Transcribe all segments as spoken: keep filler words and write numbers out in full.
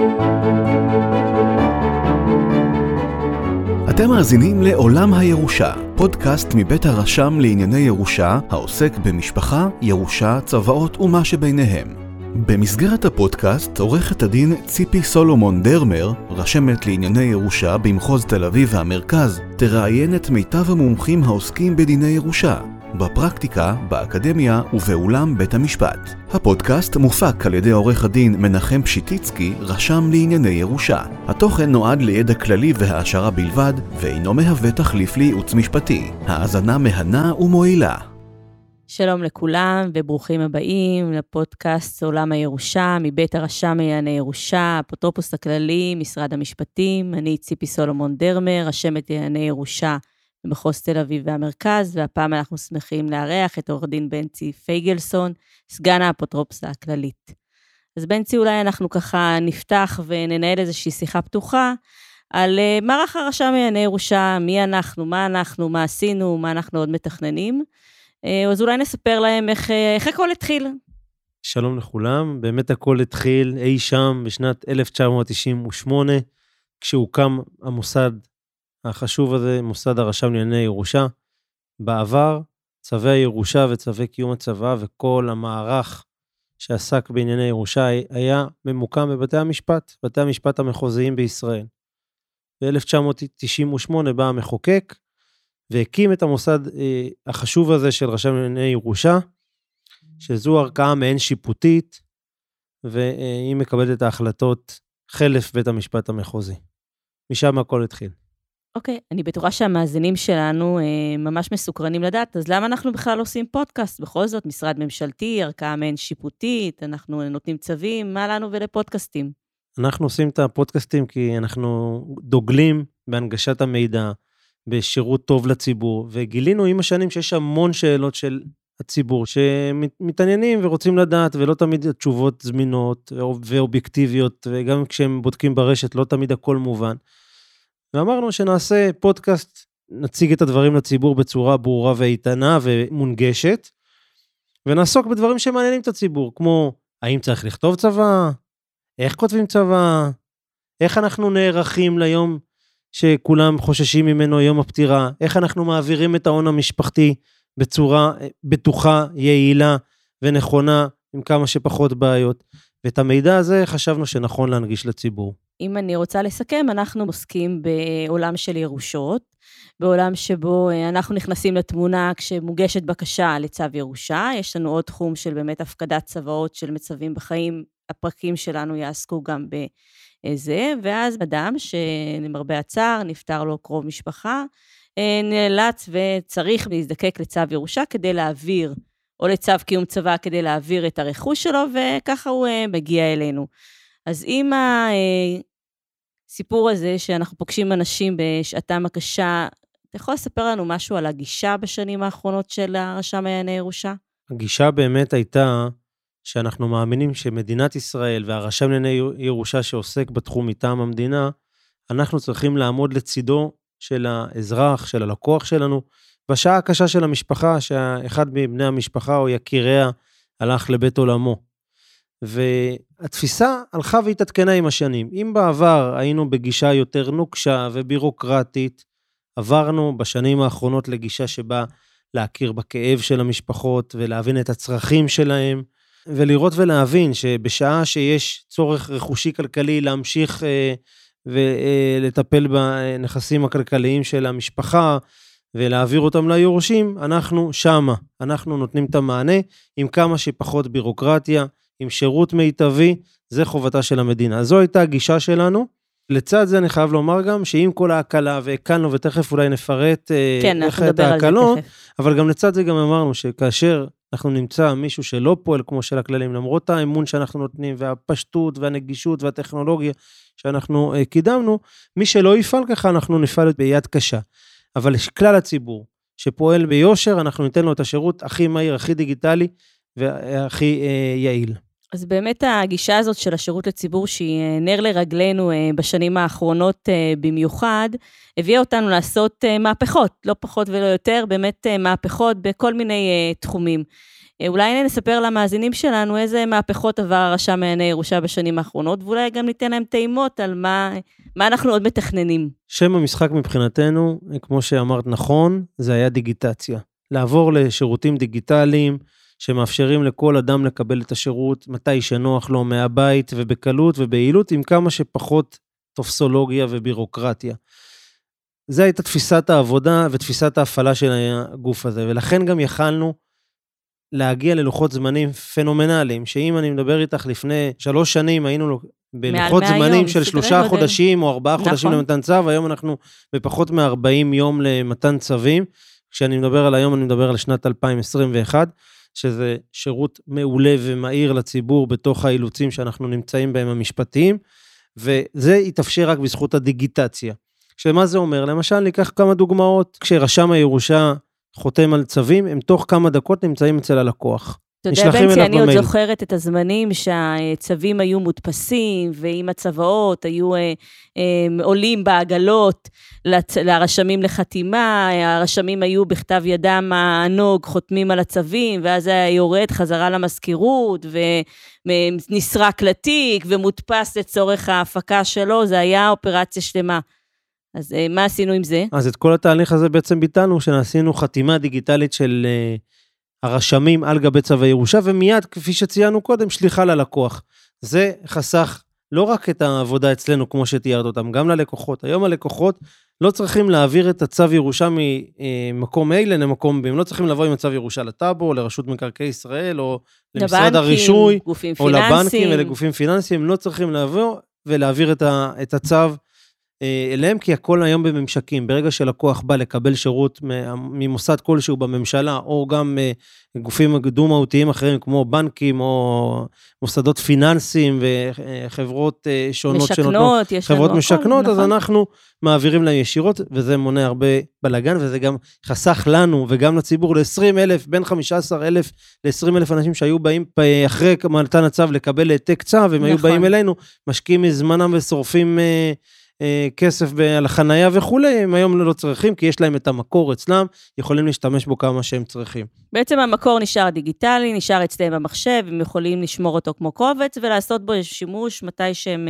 אתם מאזינים לעולם הירושה, פודקאסט מבית הרשם לענייני ירושה, העוסק במשפחה, ירושה, צוואות ומה שביניהם. במסגרת הפודקאסט, עורכת הדין ציפי סולומון דרמר, רשמת לענייני ירושה במחוז תל אביב והמרכז, תראיין את מיטב המומחים העוסקים בדיני ירושה, בפרקטיקה, באקדמיה ובאולם בית המשפט. הפודקאסט מופק על ידי עורך הדין מנחם פשיטיצקי, רשם לענייני ירושה. התוכן נועד לידע כללי והעשרה בלבד, ואינו מהווה תחליף לייעוץ משפטי. האזנה מהנה ומועילה. שלום לכולם וברוכים הבאים לפודקאסט עולם הירושה, מבית הרשם לענייני ירושה, אפוטרופוס הכללי, משרד המשפטים. אני ציפי סולומון דרמר, רשמת לענייני ירושה במחוז תל אביב והמרכז, והפעם אנחנו שמחים לארח את עורך דין בנצי פייגלסון, סגן האפוטרופוס הכללית. אז בנצי, אולי אנחנו ככה נפתח וננהל איזושהי שיחה פתוחה, על מערך הרשם לענייני ירושה, מי אנחנו, מה אנחנו, מה עשינו, מה אנחנו עוד מתכננים. אז אולי נספר להם איך, איך הכל התחיל. שלום לכולם, באמת הכל התחיל אי שם בשנת אלף תשע מאות תשעים ושמונה, כשהוקם המוסד החשוב הזה, מוסד הרשם לענייני ירושה. בעבר, צווי הירושה וצווי קיום הצוואה וכל המערך שעסק בענייני ירושה היה ממוקם בבתי המשפט, בתי המשפט המחוזיים בישראל. ב-אלף תשע מאות תשעים ושמונה בא המחוקק, והקים את המוסד אה, החשוב הזה של רשם לענייני ירושה, שזו ערכאה מעין שיפוטית, והיא מקבלת את ההחלטות חלף בית המשפט המחוזי. משם הכל התחיל. אוקיי, okay, אני בטוחה שהמאזינים שלנו אה, ממש מסוקרנים לדעת, אז למה אנחנו בכלל עושים פודקאסט? בכל זאת, משרד ממשלתי, ערכאה מעין שיפוטית, אנחנו נותנים צווים, מה לנו ולפודקאסטים? אנחנו עושים את הפודקאסטים כי אנחנו דוגלים בהנגשת המידע, בשירות טוב לציבור, וגילינו עם השנים שיש המון שאלות של הציבור, שמתעניינים ורוצים לדעת, ולא תמיד התשובות זמינות ואובייקטיביות, וגם כשהם בודקים ברשת, לא תמיד הכל מובן. ואמרנו שנעשה פודקאסט, נציג את הדברים לציבור בצורה ברורה ואיתנה ומונגשת, ונעסוק בדברים שמעניינים את הציבור, כמו האם צריך לכתוב צבא, איך כותבים צבא, איך אנחנו נערכים ליום שכולם חוששים ממנו יום הפטירה, איך אנחנו מעבירים את ההון המשפחתי בצורה בטוחה, יעילה ונכונה, עם כמה שפחות בעיות. ואת המידע הזה חשבנו שנכון להנגיש לציבור. אם אני רוצה לסכם, אנחנו עוסקים בעולם של ירושות, בעולם שבו אנחנו נכנסים לתמונה כשמוגשת בקשה לצו ירושה, יש לנו עוד תחום של באמת הפקדת צוואות של מצבים בחיים, הפרקים שלנו יעסקו גם ב... זה, ואז אדם שלמרבה הצער נפטר לו קרוב משפחה, נאלץ וצריך להזדקק לצו ירושה כדי להעביר, או לצו קיום צבא כדי להעביר את הרכוש שלו, וככה הוא מגיע אלינו. אז עם הסיפור הזה שאנחנו פוגשים אנשים בשעתם הקשה, אתה יכול לספר לנו משהו על הגישה בשנים האחרונות של הרשם לענייני ירושה? הגישה באמת הייתה שאנחנו מאמינים שמדינת ישראל והרשם לענייני ירושה שעוסק בתחום מטעם המדינה, אנחנו צריכים לעמוד לצידו של האזרח, של הלקוח שלנו, בשעה הקשה של המשפחה, שאחד מבני המשפחה או יקיריה הלך לבית עולמו. והתפיסה הלכה והתעדכנה עם השנים. אם בעבר היינו בגישה יותר נוקשה ובירוקרטית, עברנו בשנים האחרונות לגישה שבה להכיר בכאב של המשפחות ולהבין את הצרכים שלהם, ולראות ולהבין שבשעה שיש צורך רכושי כלכלי להמשיך אה, ולטפל בנכסים הכלכליים של המשפחה, ולהעביר אותם ליורשים, אנחנו שמה, אנחנו נותנים את המענה, עם כמה שפחות בירוקרטיה, עם שירות מיטבי, זה חובתה של המדינה. זו הייתה הגישה שלנו. לצד זה אני חייב לומר גם, שעם כל ההקלה, והקלנו, ותכף אולי נפרט כן, איך את ההקלות, אבל גם לצד זה גם אמרנו, שכאשר אנחנו נמצא מישהו שלא פועל כמו של הכללים, למרות האמון שאנחנו נותנים, והפשטות והנגישות והטכנולוגיה שאנחנו קידמנו, מי שלא יפעל ככה, אנחנו נפעל ביד קשה. אבל כלל הציבור שפועל ביושר, אנחנו ניתן לו את השירות הכי מהיר, הכי דיגיטלי, והכי אה, יעיל. אז באמת הגישה הזאת של השירות לציבור, שהיא נר לרגלינו בשנים האחרונות במיוחד, הביאה אותנו לעשות מהפכות, לא פחות ולא יותר, באמת מהפכות בכל מיני תחומים. אולי נספר למאזינים שלנו איזה מהפכות עבר הרשם לענייני ירושה בשנים האחרונות, ואולי גם ניתן להם טעימות על מה, מה אנחנו עוד מתכננים. שם המשחק מבחינתנו, כמו שאמרת נכון, זה היה דיגיטציה. לעבור לשירותים דיגיטליים, שמאפשרים לכל אדם לקבל את השירות, מתי שנוח לו מהבית, ובקלות וביעילות, עם כמה שפחות טופסולוגיה ובירוקרטיה. זה הייתה תפיסת העבודה, ותפיסת ההפעלה של הגוף הזה, ולכן גם יכלנו להגיע ללוחות זמנים פנומנליים, שאם אני מדבר איתך לפני שלוש שנים, היינו בלוחות זמנים של שלושה חודשים, או ארבעה חודשים למתן צו, היום אנחנו בפחות מ-ארבעים יום למתן צווים, כשאני מדבר על היום, אני מדבר על שנת אלפיים עשרים ואחת, שזה שירות מעולה ומהיר לציבור בתוך האילוצים שאנחנו נמצאים בהם המשפטיים, וזה יתאפשר רק בזכות הדיגיטציה. שמה זה אומר? למשל, ניקח כמה דוגמאות, כשרשם הירושה חותם על צווים, הם תוך כמה דקות נמצאים אצל הלקוח. אתה יודע, בנצי, אני עוד זוכרת את הזמנים שהצווים היו מודפסים, ועם הצוואות היו אה, אה, עולים בעגלות לרשמים לחתימה, הרשמים היו בכתב ידם הענוג, חותמים על הצווים, ואז היה יורד חזרה למזכירות, ונסרק לתיק, ומודפס לצורך ההפקה שלו, זה היה אופרציה שלמה. אז אה, מה עשינו עם זה? אז את כל התהליך הזה בעצם ביטלנו, שנעשינו חתימה דיגיטלית של אה, הרשמים על גבי צו הירושה, ומיד, כפי שציינו קודם, שליחה ללקוח. זה חסך לא רק את העבודה אצלנו, כמו שתיארת אותם, גם ללקוחות. היום הלקוחות לא צריכים להעביר את הצו ירושה ממקום A למקום B, הם לא צריכים לבוא עם הצו ירושה לטאבו, או לרשות מקרקעי ישראל, או למשרד הרישוי, או לבנקים ולגופים פיננסיים, הם לא צריכים לבוא ולהעביר את, ה, את הצו אליהם, כי הכל היום בממשקים. ברגע שלקוח בא לקבל שירות ממוסד כלשהו בממשלה, או גם גופים דו-מהותיים אחרים, כמו בנקים, או מוסדות פיננסיים, וחברות שונות שנותנות, חברות משכנות, אז אנחנו מעבירים להם ישירות, וזה מונע הרבה בלגן, וזה גם חסך לנו, וגם לציבור, ל-עשרים אלף, בין חמישה עשר אלף ל-עשרים אלף אנשים שהיו באים אחרי מתן הצו לקבל העתק צו, והם היו באים אלינו, משקיעים מזמנם ושורפים כסף על החנייה וכולי, הם היום לא צריכים, כי יש להם את המקור אצלם, יכולים להשתמש בו כמה שהם צריכים. בעצם המקור נשאר דיגיטלי, נשאר אצלם במחשב, הם יכולים לשמור אותו כמו קובץ, ולעשות בו שימוש מתי שהם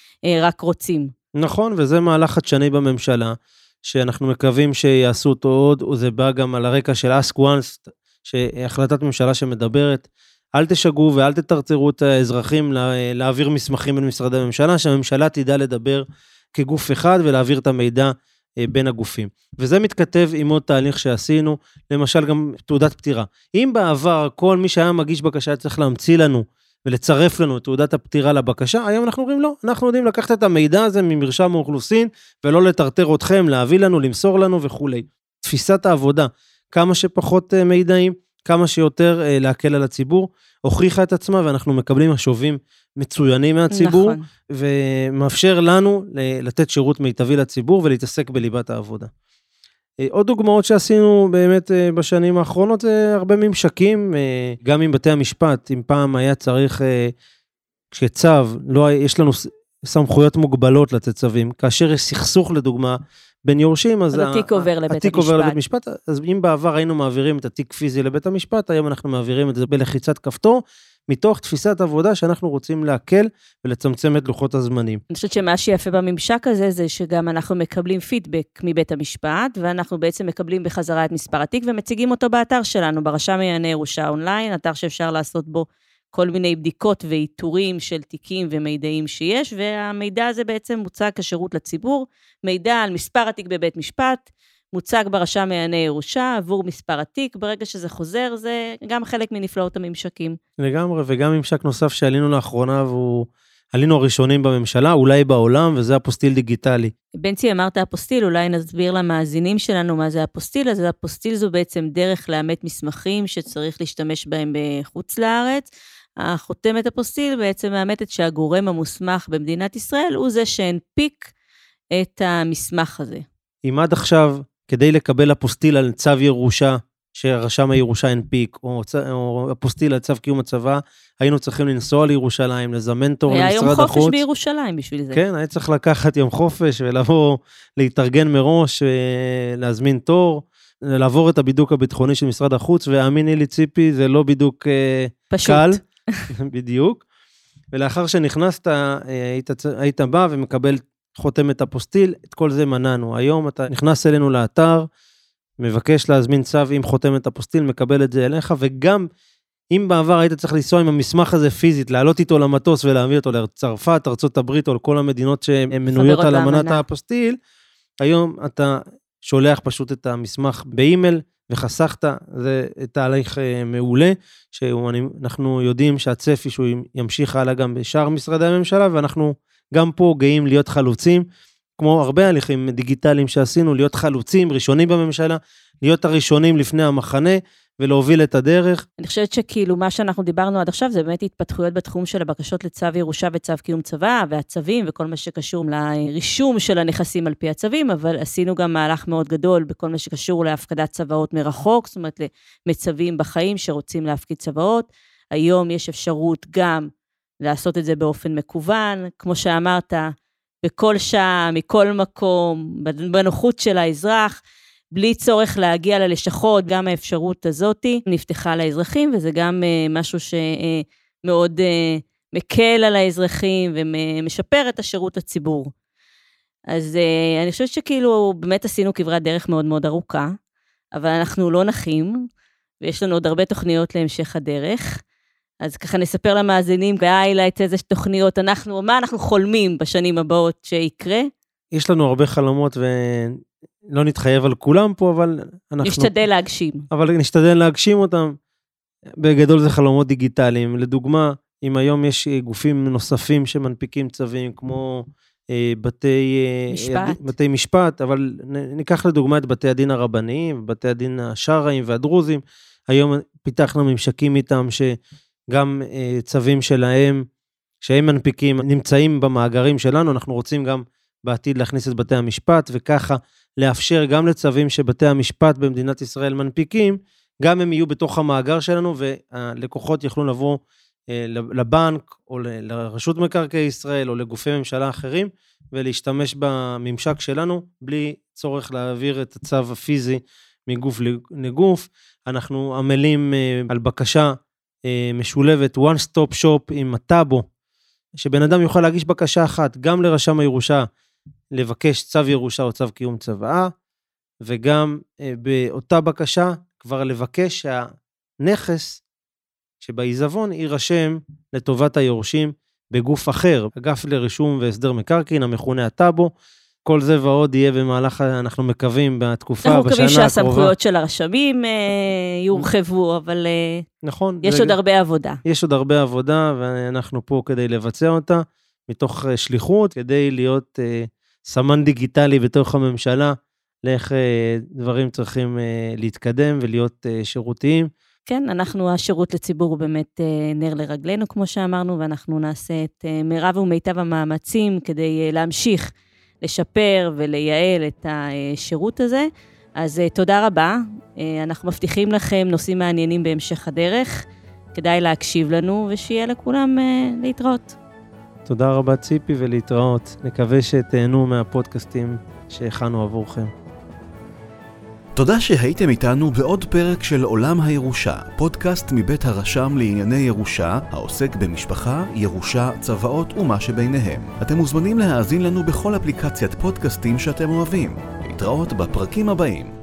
רק רוצים. נכון, וזה מהלך חדשני בממשלה, שאנחנו מקווים שיעשו אותו עוד, וזה בא גם על הרקע של Ask Once, שהחלטת ממשלה שמדברת, אל תשגעו ואל תטרטרו את האזרחים להעביר מסמכים בין משרדי הממשלה, שהממשלה תדע לדבר כגוף אחד ולהעביר את המידע בין הגופים. וזה מתכתב עם עוד תהליך שעשינו, למשל גם תעודת פטירה. אם בעבר כל מי שהיה מגיש בקשה צריך להמציא לנו ולצרף לנו את תעודת הפטירה לבקשה, היום אנחנו אומרים לא, אנחנו יודעים לקחת את המידע הזה ממרשם האוכלוסין, ולא לטרטר אתכם, להביא לנו, למסור לנו וכו'. תפיסת העבודה, כמה שפחות מידעים, כמה שיותר להקל על הציבור, הוכיחה את עצמה, ואנחנו מקבלים משובים מצוינים מהציבור, נכון. ומאפשר לנו לתת שירות מיטבי לציבור, ולהתעסק בליבת העבודה. עוד דוגמאות שעשינו באמת בשנים האחרונות, זה הרבה ממשקים, גם עם בתי המשפט, אם פעם היה צריך, כשצו, לא, יש לנו סמכויות מוגבלות לתת צווים, כאשר יש סכסוך לדוגמה, בין יורשים, אז התיק עובר לבית התיק עובר לבית המשפט, אז אם בעבר היינו מעבירים את התיק פיזי לבית המשפט, היום אנחנו מעבירים את זה בלחיצת כפתור, מתוך תפיסת עבודה שאנחנו רוצים להקל ולצמצם את לוחות הזמנים. אני חושבת שמה שיפה בממשק הזה, זה שגם אנחנו מקבלים פידבק מבית המשפט, ואנחנו בעצם מקבלים בחזרה את מספר התיק, ומציגים אותו באתר שלנו, ברשם לענייני ירושה אונליין, אתר שאפשר לעשות בו כל מיני בדיקות ואיתורים של תיקים ומידעים שיש, והמידע הזה בעצם מוצג כשירות לציבור, מידע על מספר התיק בבית משפט, מוצג ברשם לענייני ירושה עבור מספר התיק, ברגע שזה חוזר, זה גם חלק מנפלאות הממשקים. לגמרי, וגם ממשק נוסף שעלינו לאחרונה, והוא עלינו הראשונים בממשלה, אולי בעולם, וזה אפוסטיל דיגיטלי. בנצי, אמרת אפוסטיל, אולי נסביר למאזינים שלנו מה זה אפוסטיל, אז אפוסטיל זו בעצם דרך לאמת מסמכים שצריך להשתמש בהם בחוץ לארץ, החותמת אפוסטיל בעצם מאמתת שהגורם המוסמך במדינת ישראל הוא זה שהנפיק את המסמך הזה. אם עד עכשיו, כדי לקבל אפוסטיל על צו ירושה, שרשם הירושה הנפיק, או, או אפוסטיל על צו קיום הצבא, היינו צריכים לנסוע לירושלים, לזמן תור למשרד החוץ. היה יום חופש בירושלים בשביל זה. כן, היה צריך לקחת יום חופש, ולבוא להתארגן מראש, ולהזמין תור, לעבור את הבידוק הביטחוני של משרד החוץ, והאמיני לי ציפי, זה לא בידוק פשוט. קל, בדיוק. ולאחר שנכנסת, היית, היית בא ומקבל חותמת אפוסטיל, את כל זה מנענו. היום אתה נכנס אלינו לאתר, מבקש להזמין צו עם חותמת אפוסטיל, מקבל את זה אליך, וגם אם בעבר היית צריך לנסוע עם המסמך הזה פיזית, לעלות איתו למטוס ולהביא אותו לצרפת, ארצות הברית, או לכל המדינות שהן מנויות על אמנת האפוסטיל, היום אתה שולח פשוט את המסמך באימייל, וחסכת, זה תהליך מעולה, שאנחנו יודעים שהצפי שהוא ימשיך הלאה גם בשאר משרדי הממשלה, ואנחנו גם פה גאים להיות חלוצים, כמו הרבה הליכים דיגיטליים שעשינו, להיות חלוצים, ראשונים בממשלה, להיות הראשונים לפני המחנה, ולהוביל את הדרך. אני חושבת שכאילו מה שאנחנו דיברנו עד עכשיו, זה באמת התפתחויות בתחום של הבקשות לצו ירושה וצו קיום צוואה, והצווים וכל מה שקשור לרישום של הנכסים על פי הצווים, אבל עשינו גם מהלך מאוד גדול בכל מה שקשור להפקדת צוואות מרחוק, זאת אומרת למצבים בחיים שרוצים להפקיד צוואות. היום יש אפשרות גם לעשות את זה באופן מקוון, כמו שאמרת, בכל שעה, מכל מקום, בנוחות של האזרח, בלי צורך להגיע ללשכות, גם האפשרות הזאת נפתחה לאזרחים, וזה גם משהו שמאוד מקל על האזרחים, ומשפר את השירות הציבור. אז אני חושבת שכאילו באמת עשינו כברת דרך מאוד מאוד ארוכה, אבל אנחנו לא נחים, ויש לנו עוד הרבה תוכניות להמשך הדרך, אז ככה נספר למאזינים בהיילייט איזה תוכניות אנחנו, מה אנחנו חולמים בשנים הבאות שיקרה. יש לנו הרבה חלומות ולא נתחייב על כולם פה, אבל אנחנו... נשתדל להגשים. אבל נשתדל להגשים אותם. בגדול זה חלומות דיגיטליים. לדוגמה, אם היום יש גופים נוספים שמנפיקים צווים, כמו בתי משפט, בתי משפט, אבל ניקח לדוגמה את בתי הדין הרבניים, בתי הדין השרעיים והדרוזים, היום פיתחנו ממשקים איתם שגם צווים שלהם, שהם מנפיקים, נמצאים במאגרים שלנו, אנחנו רוצים גם בעתיד להכניס את בתי המשפט, וככה לאפשר גם לצווים שבתי המשפט במדינת ישראל מנפיקים, גם הם יהיו בתוך המאגר שלנו, והלקוחות יכלו לבוא לבנק, או לרשות מקרקעי ישראל, או לגופי ממשלה אחרים, ולהשתמש בממשק שלנו, בלי צורך להעביר את הצו הפיזי מגוף לגוף. אנחנו עמלים על בקשה משולבת, one stop shop עם הטאבו, שבן אדם יוכל להגיש בקשה אחת, גם לרשם הירושה, לבקש צו ירושה או צו קיום צוואה, וגם באותה בקשה, כבר לבקש שהנכס שבעיזבון יירשם לטובת היורשים בגוף אחר, אגף לרישום והסדר מקרקעין, המכונה הטאבו. כל זה ועוד יהיה במהלך, אנחנו מקווים, בתקופה, בשנה הקרובה. אנחנו מקווים שהסמכויות של הרשמים יורחבו, אבל נכון, יש עוד הרבה עבודה. יש עוד הרבה עבודה, ואנחנו פה כדי לבצע אותה, מתוך שליחות, כדי להיות סמן דיגיטלי בתוך הממשלה, לאיך דברים צריכים להתקדם ולהיות שירותיים. כן, אנחנו, השירות לציבור הוא באמת נר לרגלינו, כמו שאמרנו, ואנחנו נעשה את מירב ומיטב המאמצים כדי להמשיך לשפר ולייעל את השירות הזה. אז תודה רבה. אנחנו מבטיחים לכם נושאים מעניינים בהמשך הדרך. כדאי להקשיב לנו ושיהיה לכולם להתראות. תודה רבה ציפי ולהתראות. נקווה שתהנו מהפודקאסטים שהכנו עבורכם. תודה שהייתם איתנו בעוד פרק של עולם הירושה, פודקאסט מבית הרשם לענייני ירושה, העוסק במשפחה, ירושה, צוואות ומה שביניהם. אתם מוזמנים להאזין לנו בכל אפליקציית פודקאסטים שאתם אוהבים. להתראות בפרקים הבאים.